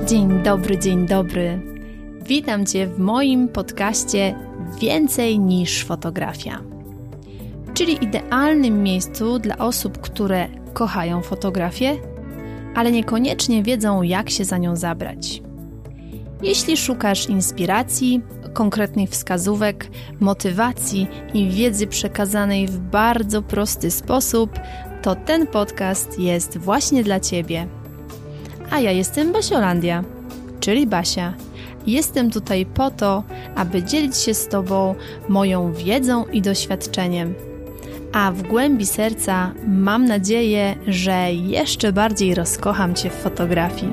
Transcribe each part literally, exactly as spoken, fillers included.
Dzień dobry, dzień dobry. Witam Cię w moim podcaście Więcej niż fotografia, czyli idealnym miejscu dla osób, które kochają fotografię, ale niekoniecznie wiedzą, jak się za nią zabrać. Jeśli szukasz inspiracji, konkretnych wskazówek, motywacji i wiedzy przekazanej w bardzo prosty sposób, to ten podcast jest właśnie dla Ciebie. A ja jestem Basiolandia, czyli Basia. Jestem tutaj po to, aby dzielić się z Tobą moją wiedzą i doświadczeniem. A w głębi serca mam nadzieję, że jeszcze bardziej rozkocham Cię w fotografii.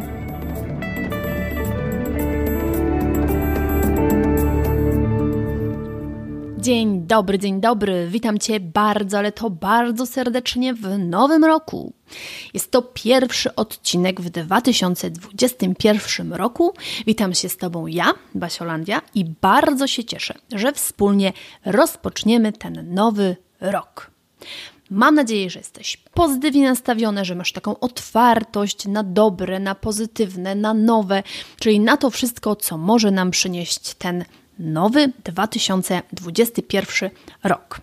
Dzień dobry, dzień dobry. Witam Cię bardzo, ale to bardzo serdecznie w nowym roku. Jest to pierwszy odcinek w dwa tysiące dwudziestym pierwszym roku. Witam się z Tobą ja, Basiolandia, i bardzo się cieszę, że wspólnie rozpoczniemy ten nowy rok. Mam nadzieję, że jesteś pozytywnie nastawiony, że masz taką otwartość na dobre, na pozytywne, na nowe, czyli na to wszystko, co może nam przynieść ten nowy dwa tysiące dwudziesty pierwszy rok.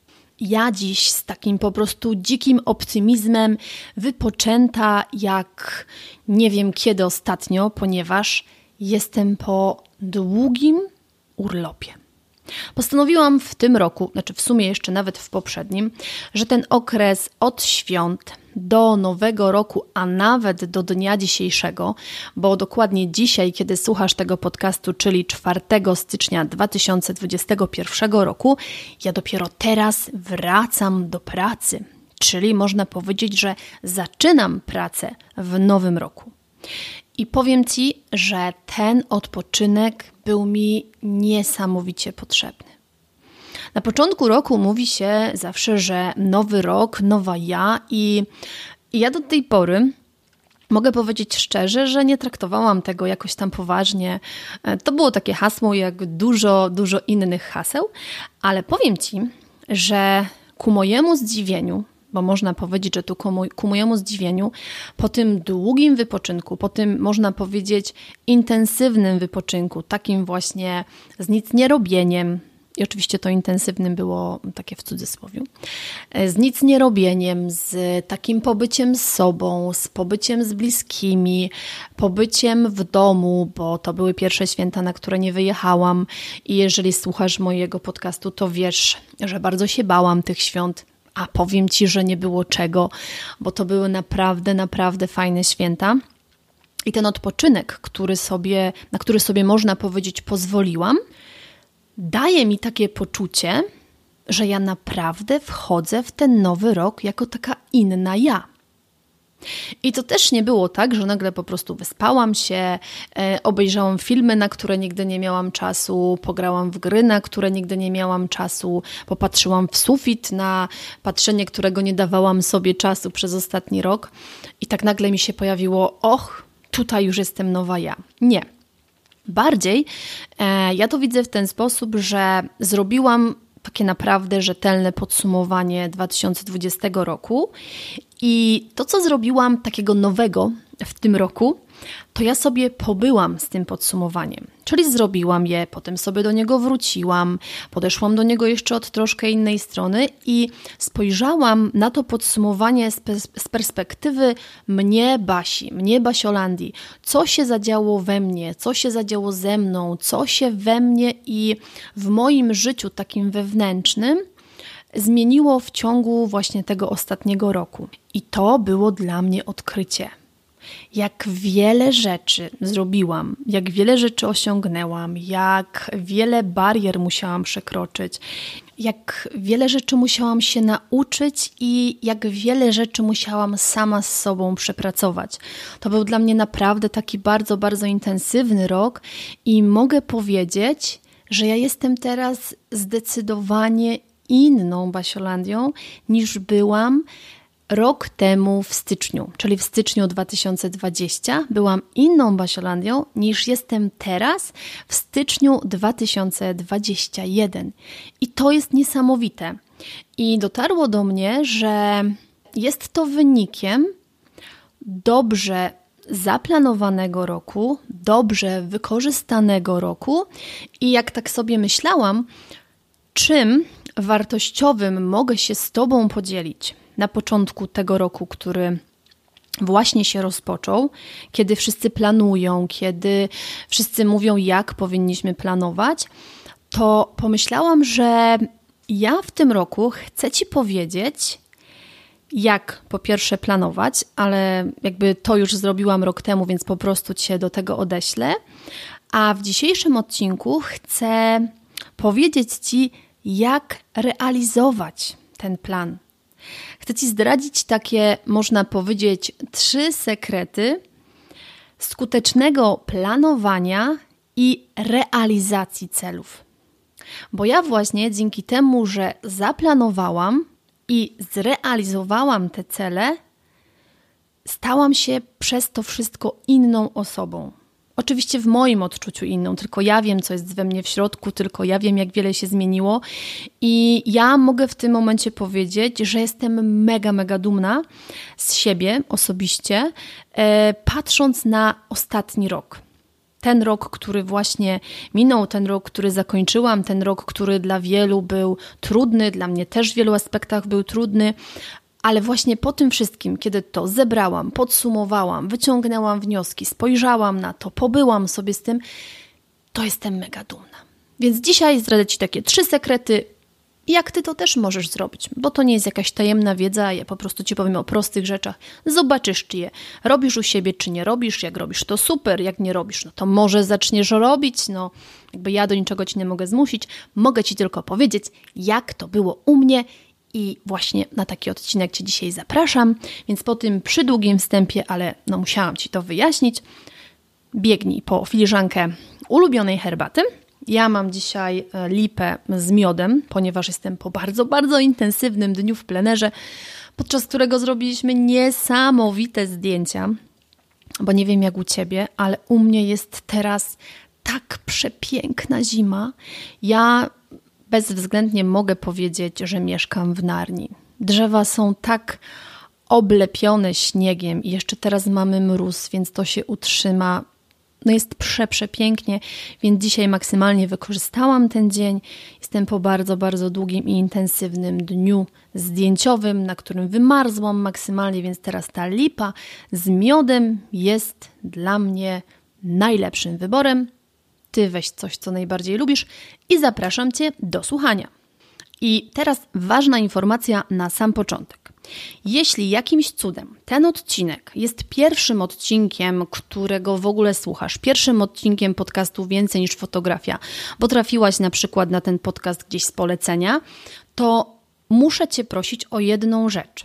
Ja dziś z takim po prostu dzikim optymizmem, wypoczęta jak nie wiem kiedy ostatnio, ponieważ jestem po długim urlopie. Postanowiłam w tym roku, znaczy w sumie jeszcze nawet w poprzednim, że ten okres od świąt do nowego roku, a nawet do dnia dzisiejszego, bo dokładnie dzisiaj, kiedy słuchasz tego podcastu, czyli czwartego stycznia dwa tysiące dwudziestego pierwszego roku, ja dopiero teraz wracam do pracy, czyli można powiedzieć, że zaczynam pracę w nowym roku. I powiem Ci, że ten odpoczynek był mi niesamowicie potrzebny. Na początku roku mówi się zawsze, że nowy rok, nowa ja i, i ja do tej pory mogę powiedzieć szczerze, że nie traktowałam tego jakoś tam poważnie. To było takie hasło jak dużo, dużo innych haseł, ale powiem Ci, że ku mojemu zdziwieniu, bo można powiedzieć, że tu ku, mój, ku mojemu zdziwieniu, po tym długim wypoczynku, po tym można powiedzieć intensywnym wypoczynku, takim właśnie z nic nie robieniem, i oczywiście to intensywnym było takie w cudzysłowie, z nic nie robieniem, z takim pobyciem z sobą, z pobyciem z bliskimi, pobyciem w domu, bo to były pierwsze święta, na które nie wyjechałam i jeżeli słuchasz mojego podcastu, to wiesz, że bardzo się bałam tych świąt. A powiem Ci, że nie było czego, bo to były naprawdę, naprawdę fajne święta. I ten odpoczynek, który sobie, na który sobie można powiedzieć pozwoliłam, daje mi takie poczucie, że ja naprawdę wchodzę w ten nowy rok jako taka inna ja. I to też nie było tak, że nagle po prostu wyspałam się, e, obejrzałam filmy, na które nigdy nie miałam czasu, pograłam w gry, na które nigdy nie miałam czasu, popatrzyłam w sufit na patrzenie, którego nie dawałam sobie czasu przez ostatni rok i tak nagle mi się pojawiło, och, tutaj już jestem nowa ja. Nie. Bardziej e, ja to widzę w ten sposób, że zrobiłam takie naprawdę rzetelne podsumowanie dwa tysiące dwudziestego roku i to, co zrobiłam takiego nowego w tym roku, to ja sobie pobyłam z tym podsumowaniem, czyli zrobiłam je, potem sobie do niego wróciłam, podeszłam do niego jeszcze od troszkę innej strony i spojrzałam na to podsumowanie z, pers- z perspektywy mnie, Basi, mnie, Basiolandii, co się zadziało we mnie, co się zadziało ze mną, co się we mnie i w moim życiu takim wewnętrznym zmieniło w ciągu właśnie tego ostatniego roku. I to było dla mnie odkrycie. Jak wiele rzeczy zrobiłam, jak wiele rzeczy osiągnęłam, jak wiele barier musiałam przekroczyć, jak wiele rzeczy musiałam się nauczyć i jak wiele rzeczy musiałam sama z sobą przepracować. To był dla mnie naprawdę taki bardzo, bardzo intensywny rok i mogę powiedzieć, że ja jestem teraz zdecydowanie inną Basiolandią niż byłam rok temu w styczniu, czyli w styczniu dwa tysiące dwudziestym byłam inną Basiolandią niż jestem teraz w styczniu dwa tysiące dwudziestym pierwszym. I to jest niesamowite. I dotarło do mnie, że jest to wynikiem dobrze zaplanowanego roku, dobrze wykorzystanego roku i jak tak sobie myślałam, czym wartościowym mogę się z Tobą podzielić na początku tego roku, który właśnie się rozpoczął, kiedy wszyscy planują, kiedy wszyscy mówią, jak powinniśmy planować, to pomyślałam, że ja w tym roku chcę Ci powiedzieć, jak po pierwsze planować, ale jakby to już zrobiłam rok temu, więc po prostu Cię do tego odeślę. A w dzisiejszym odcinku chcę powiedzieć Ci, jak realizować ten plan. Chcę Ci zdradzić takie, można powiedzieć, trzy sekrety skutecznego planowania i realizacji celów. Bo ja właśnie dzięki temu, że zaplanowałam i zrealizowałam te cele, stałam się przez to wszystko inną osobą. Oczywiście w moim odczuciu inną, tylko ja wiem, co jest we mnie w środku, tylko ja wiem, jak wiele się zmieniło i ja mogę w tym momencie powiedzieć, że jestem mega, mega dumna z siebie osobiście, e, patrząc na ostatni rok. Ten rok, który właśnie minął, ten rok, który zakończyłam, ten rok, który dla wielu był trudny, dla mnie też w wielu aspektach był trudny, ale właśnie po tym wszystkim, kiedy to zebrałam, podsumowałam, wyciągnęłam wnioski, spojrzałam na to, pobyłam sobie z tym, to jestem mega dumna. Więc dzisiaj zdradzę Ci takie trzy sekrety, jak Ty to też możesz zrobić, bo to nie jest jakaś tajemna wiedza, ja po prostu Ci powiem o prostych rzeczach. Zobaczysz, czy je robisz u siebie, czy nie robisz. Jak robisz, to super, jak nie robisz, no to może zaczniesz robić, no jakby ja do niczego Ci nie mogę zmusić, mogę Ci tylko powiedzieć, jak to było u mnie i właśnie na taki odcinek Cię dzisiaj zapraszam, więc po tym przydługim wstępie, ale no musiałam Ci to wyjaśnić, biegnij po filiżankę ulubionej herbaty. Ja mam dzisiaj lipę z miodem, ponieważ jestem po bardzo, bardzo intensywnym dniu w plenerze, podczas którego zrobiliśmy niesamowite zdjęcia, bo nie wiem jak u Ciebie, ale u mnie jest teraz tak przepiękna zima. Ja bezwzględnie mogę powiedzieć, że mieszkam w Narni. Drzewa są tak oblepione śniegiem i jeszcze teraz mamy mróz, więc to się utrzyma. No jest prze, przepięknie, więc dzisiaj maksymalnie wykorzystałam ten dzień. Jestem po bardzo, bardzo długim i intensywnym dniu zdjęciowym, na którym wymarzłam maksymalnie, więc teraz ta lipa z miodem jest dla mnie najlepszym wyborem. Ty weź coś, co najbardziej lubisz i zapraszam Cię do słuchania. I teraz ważna informacja na sam początek. Jeśli jakimś cudem ten odcinek jest pierwszym odcinkiem, którego w ogóle słuchasz, pierwszym odcinkiem podcastu Więcej niż fotografia, bo trafiłaś na przykład na ten podcast gdzieś z polecenia, to muszę Cię prosić o jedną rzecz.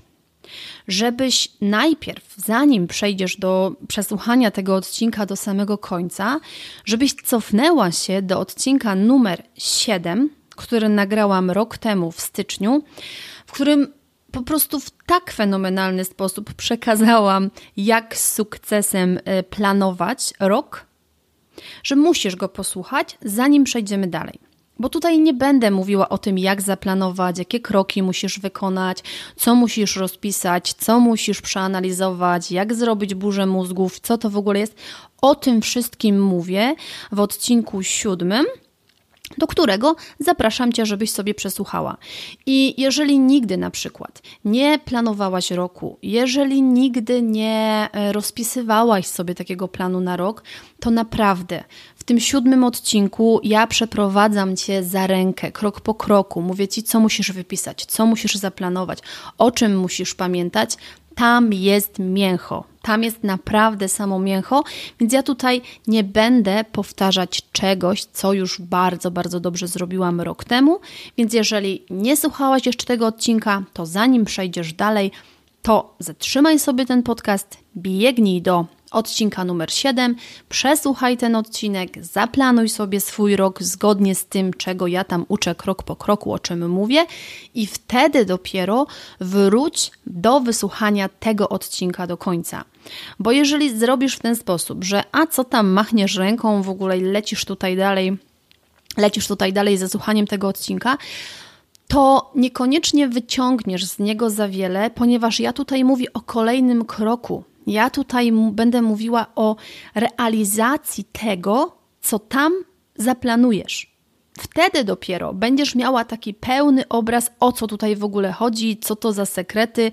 Żebyś najpierw, zanim przejdziesz do przesłuchania tego odcinka do samego końca, żebyś cofnęła się do odcinka numer siedem, który nagrałam rok temu w styczniu, w którym po prostu w tak fenomenalny sposób przekazałam, jak z sukcesem planować rok, że musisz go posłuchać, zanim przejdziemy dalej. Bo tutaj nie będę mówiła o tym, jak zaplanować, jakie kroki musisz wykonać, co musisz rozpisać, co musisz przeanalizować, jak zrobić burzę mózgów, co to w ogóle jest. O tym wszystkim mówię w odcinku siódmym, do którego zapraszam Cię, żebyś sobie przesłuchała. I jeżeli nigdy na przykład nie planowałaś roku, jeżeli nigdy nie rozpisywałaś sobie takiego planu na rok, to naprawdę w tym siódmym odcinku ja przeprowadzam Cię za rękę, krok po kroku. Mówię Ci, co musisz wypisać, co musisz zaplanować, o czym musisz pamiętać. Tam jest mięcho. Tam jest naprawdę samo mięcho, więc ja tutaj nie będę powtarzać czegoś, co już bardzo, bardzo dobrze zrobiłam rok temu, więc jeżeli nie słuchałaś jeszcze tego odcinka, to zanim przejdziesz dalej, to zatrzymaj sobie ten podcast, biegnij do odcinka numer siedem, przesłuchaj ten odcinek, zaplanuj sobie swój rok zgodnie z tym, czego ja tam uczę krok po kroku, o czym mówię i wtedy dopiero wróć do wysłuchania tego odcinka do końca. Bo jeżeli zrobisz w ten sposób, że a co tam machniesz ręką w ogóle i lecisz tutaj dalej, lecisz tutaj dalej ze słuchaniem tego odcinka, to niekoniecznie wyciągniesz z niego za wiele, ponieważ ja tutaj mówię o kolejnym kroku. Ja tutaj będę mówiła o realizacji tego, co tam zaplanujesz. Wtedy dopiero będziesz miała taki pełny obraz, o co tutaj w ogóle chodzi, co to za sekrety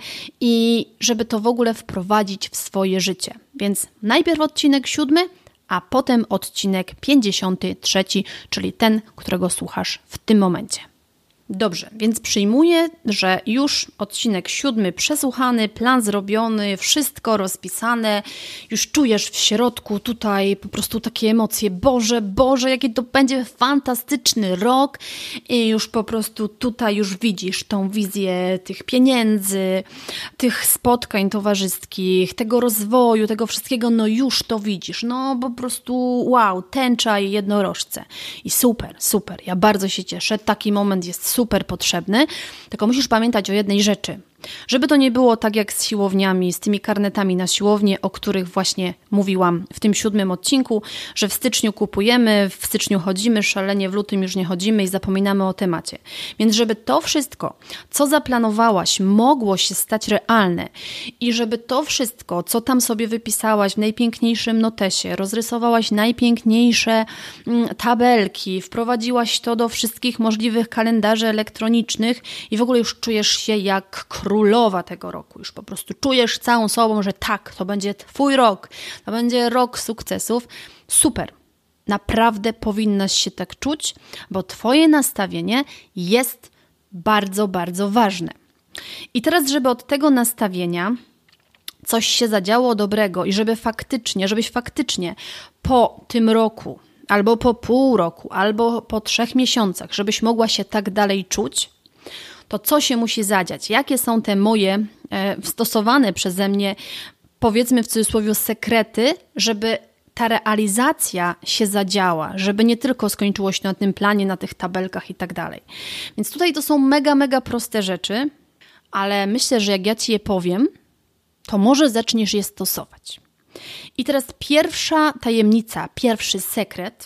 i żeby to w ogóle wprowadzić w swoje życie. Więc najpierw odcinek siódmy, a potem odcinek pięćdziesiąty trzeci, czyli ten, którego słuchasz w tym momencie. Dobrze, więc przyjmuję, że już odcinek siódmy przesłuchany, plan zrobiony, wszystko rozpisane, już czujesz w środku tutaj po prostu takie emocje, Boże, Boże, jaki to będzie fantastyczny rok i już po prostu tutaj już widzisz tą wizję tych pieniędzy, tych spotkań towarzyskich, tego rozwoju, tego wszystkiego, no już to widzisz, no po prostu wow, tęcza i jednorożce i super, super, ja bardzo się cieszę, taki moment jest super. super potrzebny, tylko musisz pamiętać o jednej rzeczy. Żeby to nie było tak jak z siłowniami, z tymi karnetami na siłownię, o których właśnie mówiłam w tym siódmym odcinku, że w styczniu kupujemy, w styczniu chodzimy, szalenie w lutym już nie chodzimy i zapominamy o temacie. Więc żeby to wszystko, co zaplanowałaś, mogło się stać realne i żeby to wszystko, co tam sobie wypisałaś w najpiękniejszym notesie, rozrysowałaś najpiękniejsze tabelki, wprowadziłaś to do wszystkich możliwych kalendarzy elektronicznych i w ogóle już czujesz się jak królowa tego roku. Już po prostu czujesz całą sobą, że tak, to będzie twój rok, to będzie rok sukcesów. Super. Naprawdę powinnaś się tak czuć, bo twoje nastawienie jest bardzo, bardzo ważne. I teraz, żeby od tego nastawienia coś się zadziało dobrego i żeby faktycznie, żebyś faktycznie po tym roku, albo po pół roku, albo po trzech miesiącach, żebyś mogła się tak dalej czuć, to co się musi zadziać? Jakie są te moje e, stosowane przeze mnie, powiedzmy w cudzysłowie, sekrety, żeby ta realizacja się zadziała, żeby nie tylko skończyło się na tym planie, na tych tabelkach i tak dalej. Więc tutaj to są mega, mega proste rzeczy, ale myślę, że jak ja Ci je powiem, to może zaczniesz je stosować. I teraz pierwsza tajemnica, pierwszy sekret,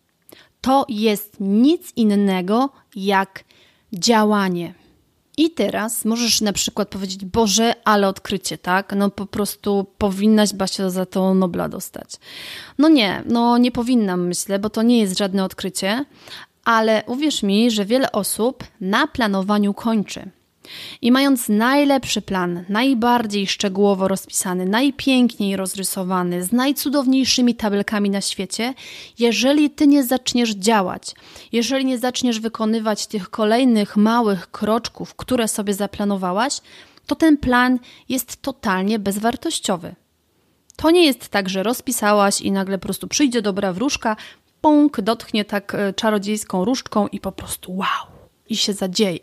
to jest nic innego jak działanie. I teraz możesz na przykład powiedzieć, Boże, ale odkrycie, tak? No po prostu powinnaś, Basia, za to Nobla dostać. No nie, no nie powinnam, myślę, bo to nie jest żadne odkrycie, ale uwierz mi, że wiele osób na planowaniu kończy. I mając najlepszy plan, najbardziej szczegółowo rozpisany, najpiękniej rozrysowany, z najcudowniejszymi tabelkami na świecie, jeżeli ty nie zaczniesz działać, jeżeli nie zaczniesz wykonywać tych kolejnych małych kroczków, które sobie zaplanowałaś, to ten plan jest totalnie bezwartościowy. To nie jest tak, że rozpisałaś i nagle po prostu przyjdzie dobra wróżka, pąk, dotknie tak czarodziejską różdżką i po prostu wow, i się zadzieje.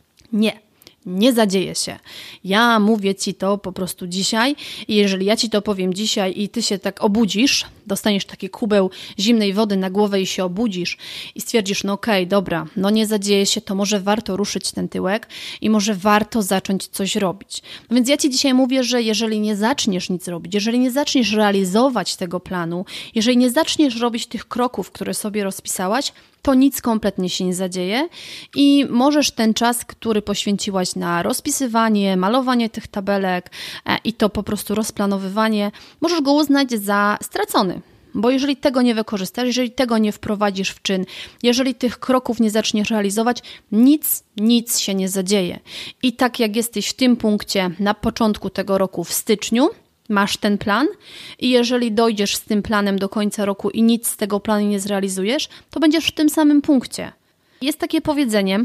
Nie. Nie zadzieje się. Ja mówię Ci to po prostu dzisiaj i jeżeli ja Ci to powiem dzisiaj i Ty się tak obudzisz, dostaniesz taki kubeł zimnej wody na głowę i się obudzisz i stwierdzisz, no okej, okay, dobra, no nie zadzieje się, to może warto ruszyć ten tyłek i może warto zacząć coś robić. No więc ja Ci dzisiaj mówię, że jeżeli nie zaczniesz nic robić, jeżeli nie zaczniesz realizować tego planu, jeżeli nie zaczniesz robić tych kroków, które sobie rozpisałaś, to nic kompletnie się nie zadzieje i możesz ten czas, który poświęciłaś na rozpisywanie, malowanie tych tabelek i to po prostu rozplanowywanie, możesz go uznać za stracony. Bo jeżeli tego nie wykorzystasz, jeżeli tego nie wprowadzisz w czyn, jeżeli tych kroków nie zaczniesz realizować, nic, nic się nie zadzieje. I tak jak jesteś w tym punkcie na początku tego roku w styczniu, masz ten plan i jeżeli dojdziesz z tym planem do końca roku i nic z tego planu nie zrealizujesz, to będziesz w tym samym punkcie. Jest takie powiedzenie,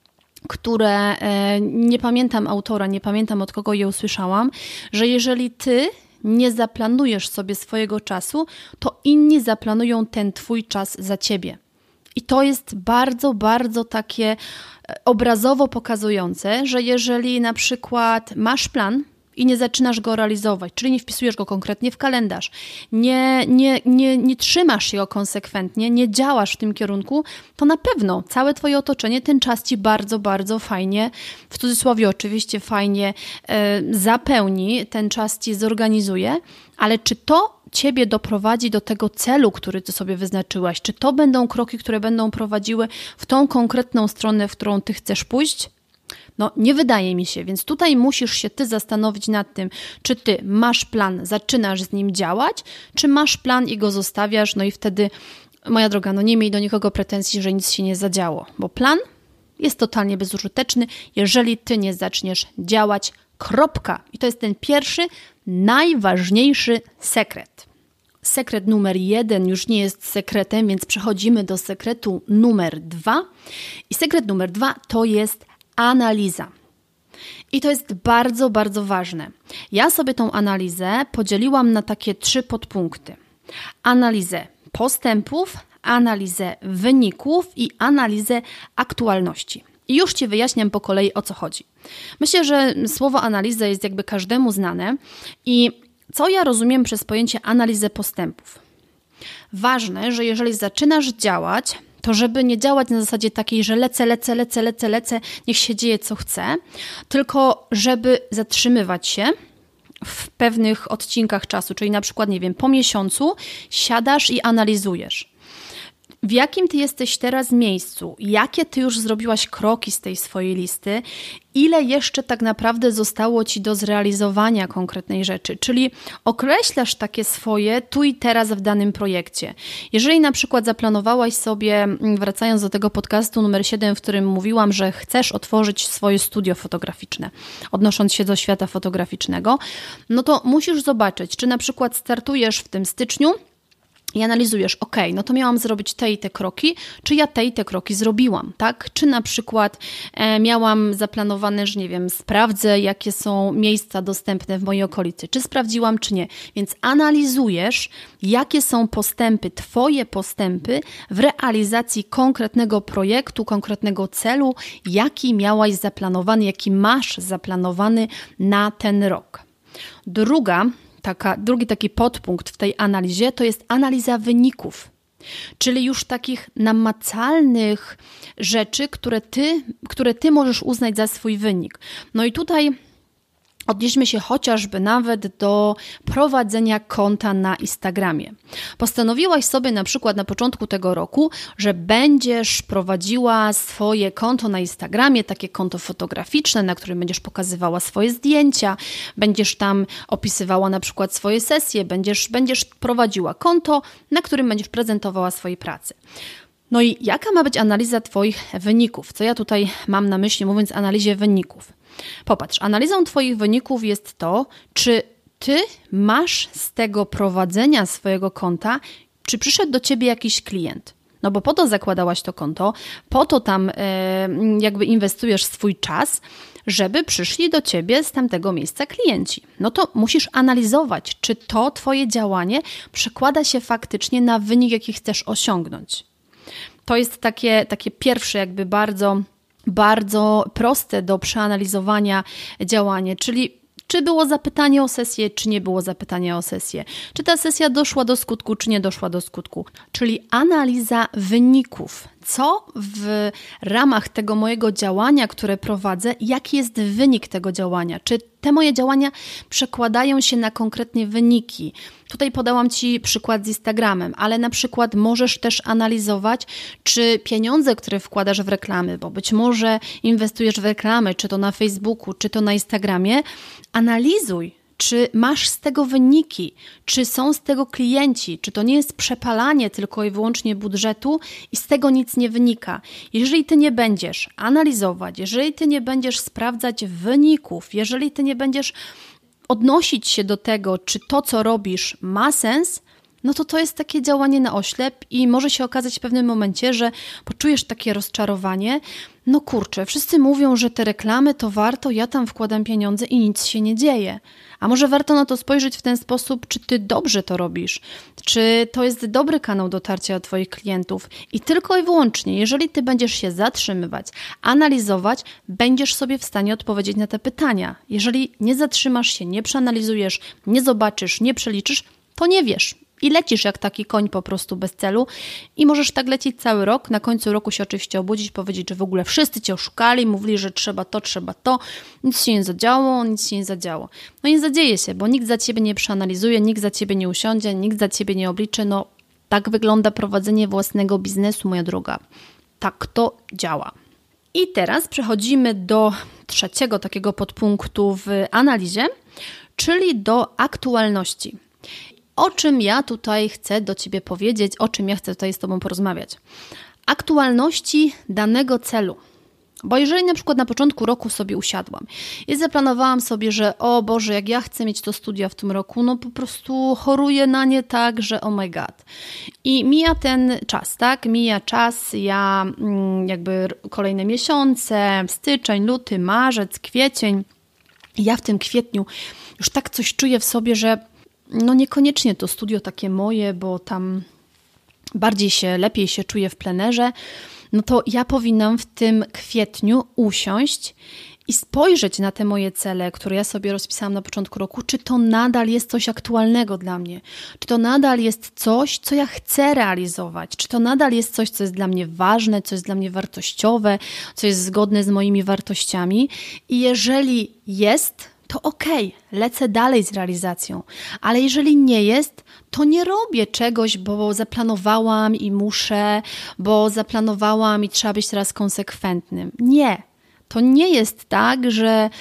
które e, nie pamiętam autora, nie pamiętam od kogo je usłyszałam, że jeżeli ty nie zaplanujesz sobie swojego czasu, to inni zaplanują ten twój czas za ciebie. I to jest bardzo, bardzo takie obrazowo pokazujące, że jeżeli na przykład masz plan i nie zaczynasz go realizować, czyli nie wpisujesz go konkretnie w kalendarz, nie, nie, nie, nie trzymasz się go konsekwentnie, nie działasz w tym kierunku, to na pewno całe twoje otoczenie ten czas ci bardzo, bardzo fajnie, w cudzysłowie oczywiście fajnie e, zapełni, ten czas ci zorganizuje, ale czy to ciebie doprowadzi do tego celu, który ty sobie wyznaczyłaś? Czy to będą kroki, które będą prowadziły w tą konkretną stronę, w którą ty chcesz pójść? No nie wydaje mi się, więc tutaj musisz się ty zastanowić nad tym, czy ty masz plan, zaczynasz z nim działać, czy masz plan i go zostawiasz, no i wtedy, moja droga, no nie miej do nikogo pretensji, że nic się nie zadziało, bo plan jest totalnie bezużyteczny, jeżeli ty nie zaczniesz działać, kropka. I to jest ten pierwszy, najważniejszy sekret. Sekret numer jeden już nie jest sekretem, więc przechodzimy do sekretu numer dwa. I sekret numer dwa to jest analiza. I to jest bardzo, bardzo ważne. Ja sobie tą analizę podzieliłam na takie trzy podpunkty. Analizę postępów, analizę wyników i analizę aktualności. I już Ci wyjaśniam po kolei, o co chodzi. Myślę, że słowo analiza jest jakby każdemu znane i co ja rozumiem przez pojęcie analizę postępów? Ważne, że jeżeli zaczynasz działać, to żeby nie działać na zasadzie takiej, że lecę, lecę, lecę, lecę, lecę, niech się dzieje co chce, tylko żeby zatrzymywać się w pewnych odcinkach czasu, czyli na przykład, nie wiem, po miesiącu siadasz i analizujesz. W jakim ty jesteś teraz miejscu? Jakie ty już zrobiłaś kroki z tej swojej listy? Ile jeszcze tak naprawdę zostało ci do zrealizowania konkretnej rzeczy? Czyli określasz takie swoje tu i teraz w danym projekcie. Jeżeli na przykład zaplanowałaś sobie, wracając do tego podcastu numer siedem, w którym mówiłam, że chcesz otworzyć swoje studio fotograficzne, odnosząc się do świata fotograficznego, no to musisz zobaczyć, czy na przykład startujesz w tym styczniu, i analizujesz, ok, no to miałam zrobić te i te kroki, czy ja te i te kroki zrobiłam, tak? Czy na przykład e, miałam zaplanowane, że nie wiem, sprawdzę, jakie są miejsca dostępne w mojej okolicy, czy sprawdziłam, czy nie. Więc analizujesz, jakie są postępy, twoje postępy w realizacji konkretnego projektu, konkretnego celu, jaki miałaś zaplanowany, jaki masz zaplanowany na ten rok. Druga Taka, drugi taki podpunkt w tej analizie to jest analiza wyników, czyli już takich namacalnych rzeczy, które ty, które ty możesz uznać za swój wynik. No i tutaj odnieśmy się chociażby nawet do prowadzenia konta na Instagramie. Postanowiłaś sobie na przykład na początku tego roku, że będziesz prowadziła swoje konto na Instagramie, takie konto fotograficzne, na którym będziesz pokazywała swoje zdjęcia, będziesz tam opisywała na przykład swoje sesje, będziesz, będziesz prowadziła konto, na którym będziesz prezentowała swoje prace. No i jaka ma być analiza Twoich wyników? Co ja tutaj mam na myśli, mówiąc o analizie wyników? Popatrz, analizą Twoich wyników jest to, czy Ty masz z tego prowadzenia swojego konta, czy przyszedł do Ciebie jakiś klient. No bo po to zakładałaś to konto, po to tam e, jakby inwestujesz swój czas, żeby przyszli do Ciebie z tamtego miejsca klienci. No to musisz analizować, czy to Twoje działanie przekłada się faktycznie na wynik, jaki chcesz osiągnąć. To jest takie, takie pierwsze jakby bardzo... bardzo proste do przeanalizowania działanie, czyli czy było zapytanie o sesję, czy nie było zapytania o sesję, czy ta sesja doszła do skutku, czy nie doszła do skutku, czyli analiza wyników. Co w ramach tego mojego działania, które prowadzę, jaki jest wynik tego działania? Czy te moje działania przekładają się na konkretnie wyniki? Tutaj podałam Ci przykład z Instagramem, ale na przykład możesz też analizować, czy pieniądze, które wkładasz w reklamy, bo być może inwestujesz w reklamy, czy to na Facebooku, czy to na Instagramie, analizuj, czy masz z tego wyniki, czy są z tego klienci, czy to nie jest przepalanie tylko i wyłącznie budżetu i z tego nic nie wynika. Jeżeli Ty nie będziesz analizować, jeżeli Ty nie będziesz sprawdzać wyników, jeżeli Ty nie będziesz odnosić się do tego, czy to, co robisz, ma sens, no to to jest takie działanie na oślep i może się okazać w pewnym momencie, że poczujesz takie rozczarowanie. No kurczę, wszyscy mówią, że te reklamy to warto, ja tam wkładam pieniądze i nic się nie dzieje. A może warto na to spojrzeć w ten sposób, czy Ty dobrze to robisz, czy to jest dobry kanał dotarcia do Twoich klientów i tylko i wyłącznie, jeżeli Ty będziesz się zatrzymywać, analizować, będziesz sobie w stanie odpowiedzieć na te pytania. Jeżeli nie zatrzymasz się, nie przeanalizujesz, nie zobaczysz, nie przeliczysz, to nie wiesz. I lecisz jak taki koń po prostu bez celu i możesz tak lecieć cały rok, na końcu roku się oczywiście obudzić, powiedzieć, że w ogóle wszyscy Cię oszukali, mówili, że trzeba to, trzeba to, nic się nie zadziało, nic się nie zadziało. No nie zadzieje się, bo nikt za Ciebie nie przeanalizuje, nikt za Ciebie nie usiądzie, nikt za Ciebie nie obliczy, no tak wygląda prowadzenie własnego biznesu, moja droga. Tak to działa. I teraz przechodzimy do trzeciego takiego podpunktu w analizie, czyli do aktualności. O czym ja tutaj chcę do Ciebie powiedzieć, o czym ja chcę tutaj z Tobą porozmawiać. Aktualności danego celu. Bo jeżeli na przykład na początku roku sobie usiadłam i zaplanowałam sobie, że o Boże, jak ja chcę mieć to studia w tym roku, no po prostu choruję na nie tak, że oh my god. I mija ten czas, tak? Mija czas, ja jakby kolejne miesiące, styczeń, luty, marzec, kwiecień. I ja w tym kwietniu już tak coś czuję w sobie, że no niekoniecznie to studio takie moje, bo tam bardziej się, lepiej się czuję w plenerze, no to ja powinnam w tym kwietniu usiąść i spojrzeć na te moje cele, które ja sobie rozpisałam na początku roku, czy to nadal jest coś aktualnego dla mnie, czy to nadal jest coś, co ja chcę realizować, czy to nadal jest coś, co jest dla mnie ważne, co jest dla mnie wartościowe, co jest zgodne z moimi wartościami. I jeżeli jest, to okej, lecę dalej z realizacją. Ale jeżeli nie jest, to nie robię czegoś, bo zaplanowałam i muszę, bo zaplanowałam i trzeba być teraz konsekwentnym. Nie. To nie jest tak, że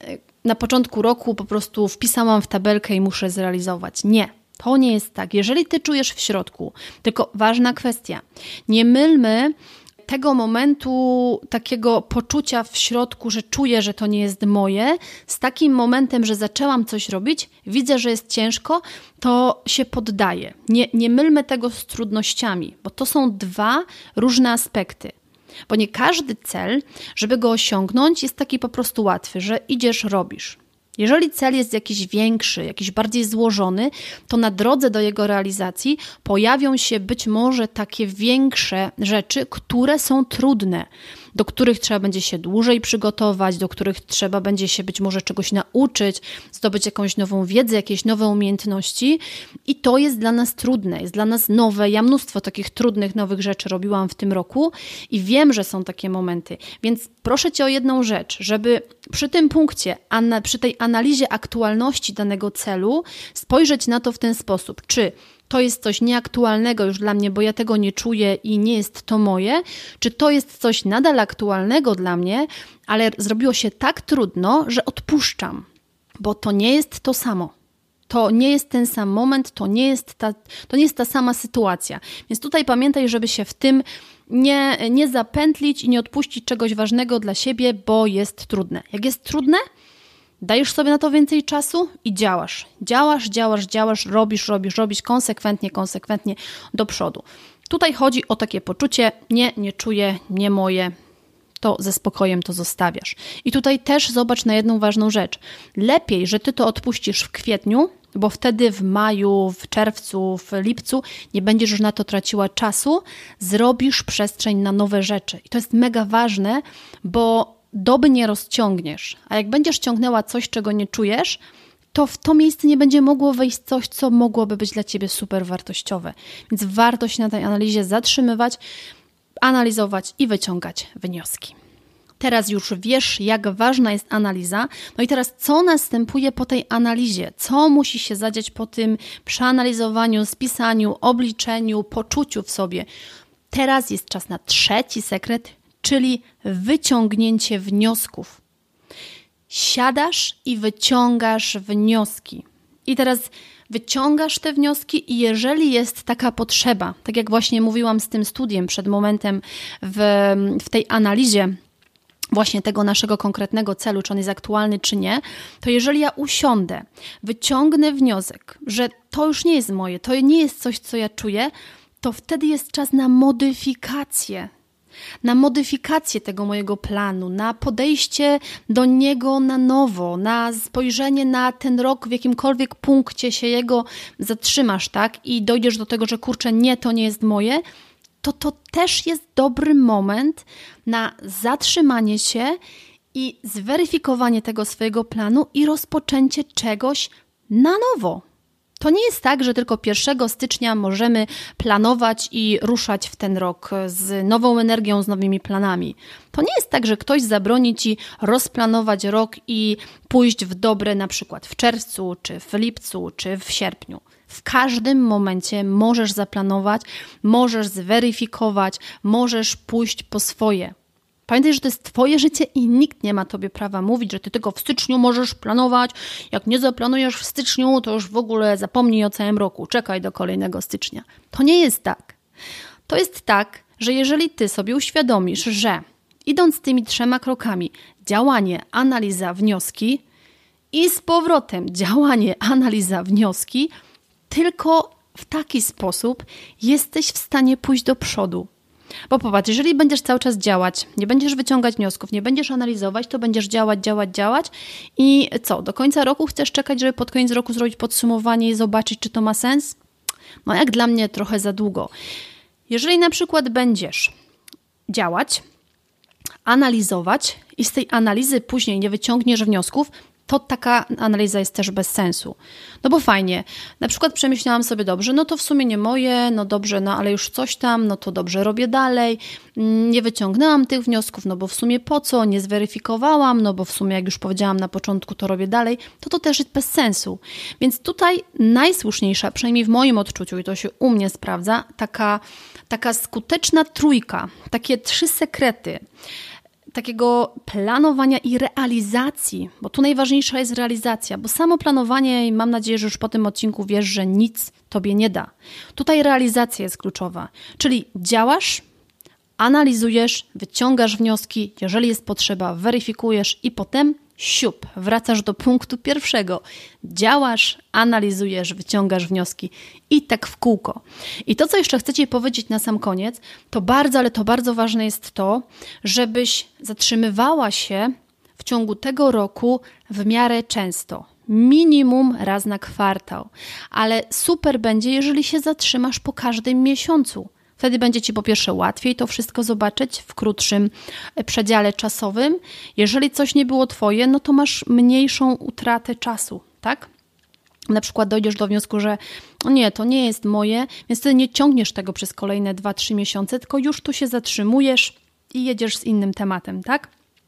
na początku roku po prostu wpisałam w tabelkę i muszę zrealizować. Nie. To nie jest tak. Jeżeli Ty czujesz w środku, tylko ważna kwestia, nie mylmy tego momentu takiego poczucia w środku, że czuję, że to nie jest moje, z takim momentem, że zaczęłam coś robić, widzę, że jest ciężko, to się poddaję. Nie, nie mylmy tego z trudnościami, bo to są dwa różne aspekty. Bo nie każdy cel, żeby go osiągnąć, jest taki po prostu łatwy, że idziesz, robisz. Jeżeli cel jest jakiś większy, jakiś bardziej złożony, to na drodze do jego realizacji pojawią się być może takie większe rzeczy, które są trudne, do których trzeba będzie się dłużej przygotować, do których trzeba będzie się być może czegoś nauczyć, zdobyć jakąś nową wiedzę, jakieś nowe umiejętności i to jest dla nas trudne, jest dla nas nowe. Ja mnóstwo takich trudnych, nowych rzeczy robiłam w tym roku i wiem, że są takie momenty, więc proszę Cię o jedną rzecz, żeby przy tym punkcie, przy tej analizie aktualności danego celu spojrzeć na to w ten sposób, czy to jest coś nieaktualnego już dla mnie, bo ja tego nie czuję i nie jest to moje, czy to jest coś nadal aktualnego dla mnie, ale zrobiło się tak trudno, że odpuszczam, bo to nie jest to samo. To nie jest ten sam moment, to nie jest ta, to nie jest ta sama sytuacja. Więc tutaj pamiętaj, żeby się w tym nie, nie zapętlić i nie odpuścić czegoś ważnego dla siebie, bo jest trudne. Jak jest trudne, dajesz sobie na to więcej czasu i działasz. Działasz, działasz, działasz, robisz, robisz, robisz konsekwentnie, konsekwentnie do przodu. Tutaj chodzi o takie poczucie, nie, nie czuję, nie moje, to ze spokojem to zostawiasz. I tutaj też zobacz na jedną ważną rzecz. Lepiej, że Ty to odpuścisz w kwietniu, bo wtedy w maju, w czerwcu, w lipcu nie będziesz już na to traciła czasu, zrobisz przestrzeń na nowe rzeczy. I to jest mega ważne, bo doby nie rozciągniesz, a jak będziesz ciągnęła coś, czego nie czujesz, to w to miejsce nie będzie mogło wejść coś, co mogłoby być dla Ciebie super wartościowe. Więc warto się na tej analizie zatrzymywać, analizować i wyciągać wnioski. Teraz już wiesz, jak ważna jest analiza. No i teraz co następuje po tej analizie? Co musi się zadziać po tym przeanalizowaniu, spisaniu, obliczeniu, poczuciu w sobie? Teraz jest czas na trzeci sekret, czyli wyciągnięcie wniosków. Siadasz i wyciągasz wnioski. I teraz wyciągasz te wnioski i jeżeli jest taka potrzeba, tak jak właśnie mówiłam z tym studiem przed momentem w, w tej analizie właśnie tego naszego konkretnego celu, czy on jest aktualny, czy nie, to jeżeli ja usiądę, wyciągnę wniosek, że to już nie jest moje, to nie jest coś, co ja czuję, to wtedy jest czas na modyfikację. Na modyfikację tego mojego planu, na podejście do niego na nowo, na spojrzenie na ten rok w jakimkolwiek punkcie się jego zatrzymasz, tak? I dojdziesz do tego, że kurczę, nie, to nie jest moje, to to też jest dobry moment na zatrzymanie się i zweryfikowanie tego swojego planu i rozpoczęcie czegoś na nowo. To nie jest tak, że tylko pierwszego stycznia możemy planować i ruszać w ten rok z nową energią, z nowymi planami. To nie jest tak, że ktoś zabroni Ci rozplanować rok i pójść w dobre na przykład w czerwcu, czy w lipcu, czy w sierpniu. W każdym momencie możesz zaplanować, możesz zweryfikować, możesz pójść po swoje. Pamiętaj, że to jest twoje życie i nikt nie ma tobie prawa mówić, że ty tylko w styczniu możesz planować. Jak nie zaplanujesz w styczniu, to już w ogóle zapomnij o całym roku. Czekaj do kolejnego stycznia. To nie jest tak. To jest tak, że jeżeli ty sobie uświadomisz, że idąc tymi trzema krokami, działanie, analiza, wnioski i z powrotem działanie, analiza, wnioski, tylko w taki sposób jesteś w stanie pójść do przodu. Bo popatrz, jeżeli będziesz cały czas działać, nie będziesz wyciągać wniosków, nie będziesz analizować, to będziesz działać, działać, działać i co? Do końca roku chcesz czekać, żeby pod koniec roku zrobić podsumowanie i zobaczyć, czy to ma sens? No jak dla mnie trochę za długo. Jeżeli na przykład będziesz działać, analizować i z tej analizy później nie wyciągniesz wniosków, to taka analiza jest też bez sensu. No bo fajnie, na przykład przemyślałam sobie dobrze, no to w sumie nie moje, no dobrze, no ale już coś tam, no to dobrze robię dalej, nie wyciągnęłam tych wniosków, no bo w sumie po co, nie zweryfikowałam, no bo w sumie jak już powiedziałam na początku, to robię dalej, to to też jest bez sensu. Więc tutaj najsłuszniejsza, przynajmniej w moim odczuciu i to się u mnie sprawdza, taka, taka skuteczna trójka, takie trzy sekrety, takiego planowania i realizacji, bo tu najważniejsza jest realizacja, bo samo planowanie, i mam nadzieję, że już po tym odcinku wiesz, że nic tobie nie da. Tutaj realizacja jest kluczowa, czyli działasz, analizujesz, wyciągasz wnioski, jeżeli jest potrzeba, weryfikujesz i potem siup, wracasz do punktu pierwszego. Działasz, analizujesz, wyciągasz wnioski i tak w kółko. I to, co jeszcze chcę Ci powiedzieć na sam koniec, to bardzo, ale to bardzo ważne jest to, żebyś zatrzymywała się w ciągu tego roku w miarę często. Minimum raz na kwartał. Ale super będzie, jeżeli się zatrzymasz po każdym miesiącu. Wtedy będzie Ci po pierwsze łatwiej to wszystko zobaczyć w krótszym przedziale czasowym. Jeżeli coś nie było Twoje, no to masz mniejszą utratę czasu, tak? Na przykład dojdziesz do wniosku, że no nie, to nie jest moje, więc wtedy nie ciągniesz tego przez kolejne dwa trzy miesiące, tylko już tu się zatrzymujesz i jedziesz z innym tematem, tak?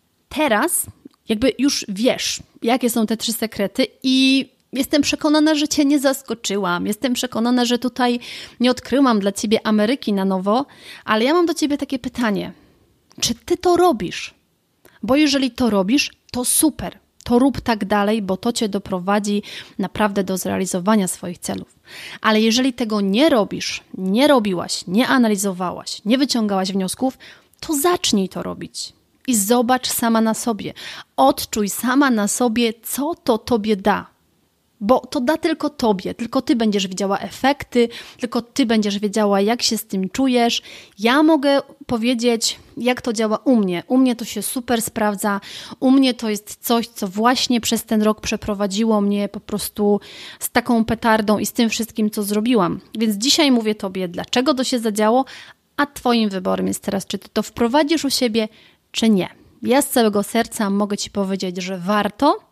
Teraz jakby już wiesz, jakie są te trzy sekrety i jestem przekonana, że Cię nie zaskoczyłam. Jestem przekonana, że tutaj nie odkryłam dla Ciebie Ameryki na nowo, ale ja mam do Ciebie takie pytanie. Czy Ty to robisz? Bo jeżeli to robisz, to super. To rób tak dalej, bo to Cię doprowadzi naprawdę do zrealizowania swoich celów. Ale jeżeli tego nie robisz, nie robiłaś, nie analizowałaś, nie wyciągałaś wniosków, to zacznij to robić. I zobacz sama na sobie. Odczuj sama na sobie, co to Tobie da. Bo to da tylko Tobie, tylko Ty będziesz widziała efekty, tylko Ty będziesz wiedziała, jak się z tym czujesz. Ja mogę powiedzieć, jak to działa u mnie. U mnie to się super sprawdza, u mnie to jest coś, co właśnie przez ten rok przeprowadziło mnie po prostu z taką petardą i z tym wszystkim, co zrobiłam. Więc dzisiaj mówię Tobie, dlaczego to się zadziało, a Twoim wyborem jest teraz, czy Ty to wprowadzisz u siebie, czy nie. Ja z całego serca mogę Ci powiedzieć, że warto,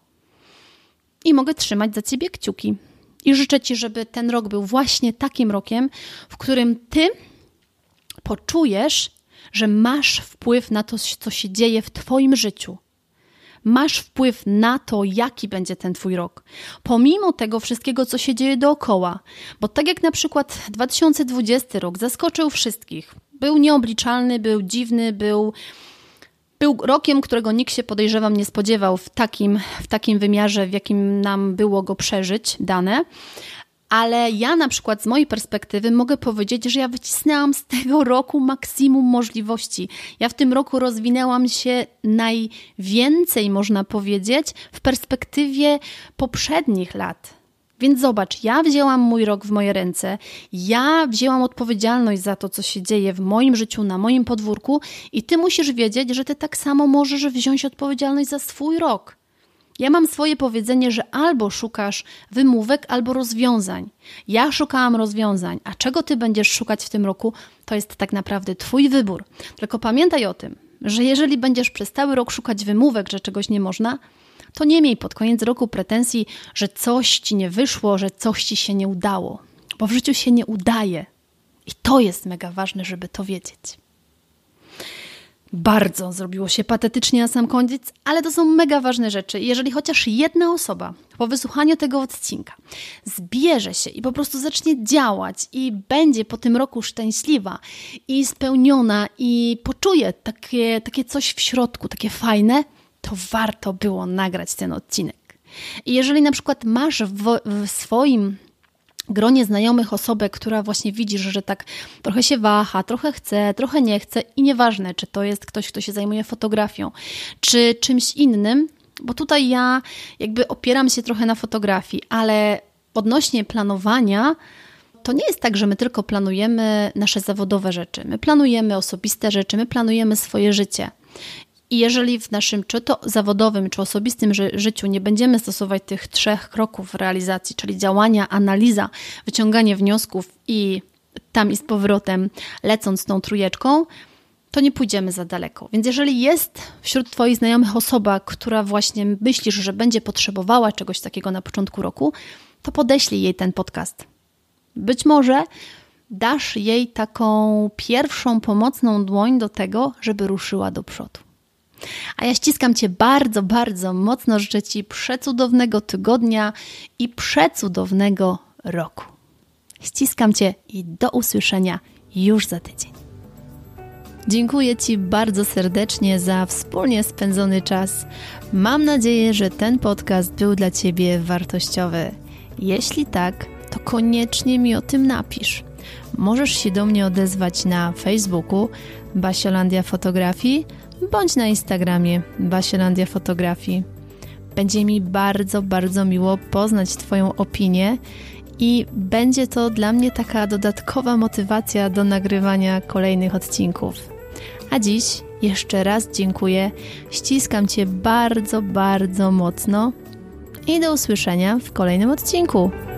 i mogę trzymać za Ciebie kciuki. I życzę Ci, żeby ten rok był właśnie takim rokiem, w którym Ty poczujesz, że masz wpływ na to, co się dzieje w Twoim życiu. Masz wpływ na to, jaki będzie ten Twój rok. Pomimo tego wszystkiego, co się dzieje dookoła. Bo tak jak na przykład dwa tysiące dwudziesty rok zaskoczył wszystkich. Był nieobliczalny, był dziwny, był... Był rokiem, którego nikt się, podejrzewam, nie spodziewał w takim, w takim wymiarze, w jakim nam było go przeżyć dane. Ale ja na przykład z mojej perspektywy mogę powiedzieć, że ja wycisnęłam z tego roku maksimum możliwości. Ja w tym roku rozwinęłam się najwięcej, można powiedzieć, w perspektywie poprzednich lat. Więc zobacz, ja wzięłam mój rok w moje ręce, ja wzięłam odpowiedzialność za to, co się dzieje w moim życiu, na moim podwórku i Ty musisz wiedzieć, że Ty tak samo możesz wziąć odpowiedzialność za swój rok. Ja mam swoje powiedzenie, że albo szukasz wymówek, albo rozwiązań. Ja szukałam rozwiązań, a czego Ty będziesz szukać w tym roku, to jest tak naprawdę Twój wybór. Tylko pamiętaj o tym, że jeżeli będziesz przez cały rok szukać wymówek, że czegoś nie można, to nie miej pod koniec roku pretensji, że coś Ci nie wyszło, że coś Ci się nie udało. Bo w życiu się nie udaje. I to jest mega ważne, żeby to wiedzieć. Bardzo zrobiło się patetycznie na sam koniec, ale to są mega ważne rzeczy. Jeżeli chociaż jedna osoba po wysłuchaniu tego odcinka zbierze się i po prostu zacznie działać i będzie po tym roku szczęśliwa i spełniona i poczuje takie, takie coś w środku, takie fajne, to warto było nagrać ten odcinek. I jeżeli na przykład masz w, w swoim gronie znajomych osobę, która właśnie widzisz, że tak trochę się waha, trochę chce, trochę nie chce i nieważne, czy to jest ktoś, kto się zajmuje fotografią, czy czymś innym, bo tutaj ja jakby opieram się trochę na fotografii, ale odnośnie planowania, to nie jest tak, że my tylko planujemy nasze zawodowe rzeczy. My planujemy osobiste rzeczy, my planujemy swoje życie. I jeżeli w naszym czy to zawodowym, czy osobistym ży- życiu nie będziemy stosować tych trzech kroków realizacji, czyli działania, analiza, wyciąganie wniosków i tam i z powrotem lecąc tą trójeczką, to nie pójdziemy za daleko. Więc jeżeli jest wśród Twoich znajomych osoba, która właśnie myślisz, że będzie potrzebowała czegoś takiego na początku roku, to podeślij jej ten podcast. Być może dasz jej taką pierwszą pomocną dłoń do tego, żeby ruszyła do przodu. A ja ściskam Cię bardzo, bardzo mocno. Życzę Ci przecudownego tygodnia i przecudownego roku. Ściskam Cię i do usłyszenia już za tydzień. Dziękuję Ci bardzo serdecznie za wspólnie spędzony czas. Mam nadzieję, że ten podcast był dla Ciebie wartościowy. Jeśli tak, to koniecznie mi o tym napisz. Możesz się do mnie odezwać na Facebooku Basiolandia Fotografii bądź na Instagramie Basiolandia Fotografii. Będzie mi bardzo, bardzo miło poznać Twoją opinię i będzie to dla mnie taka dodatkowa motywacja do nagrywania kolejnych odcinków. A dziś jeszcze raz dziękuję, ściskam Cię bardzo, bardzo mocno i do usłyszenia w kolejnym odcinku.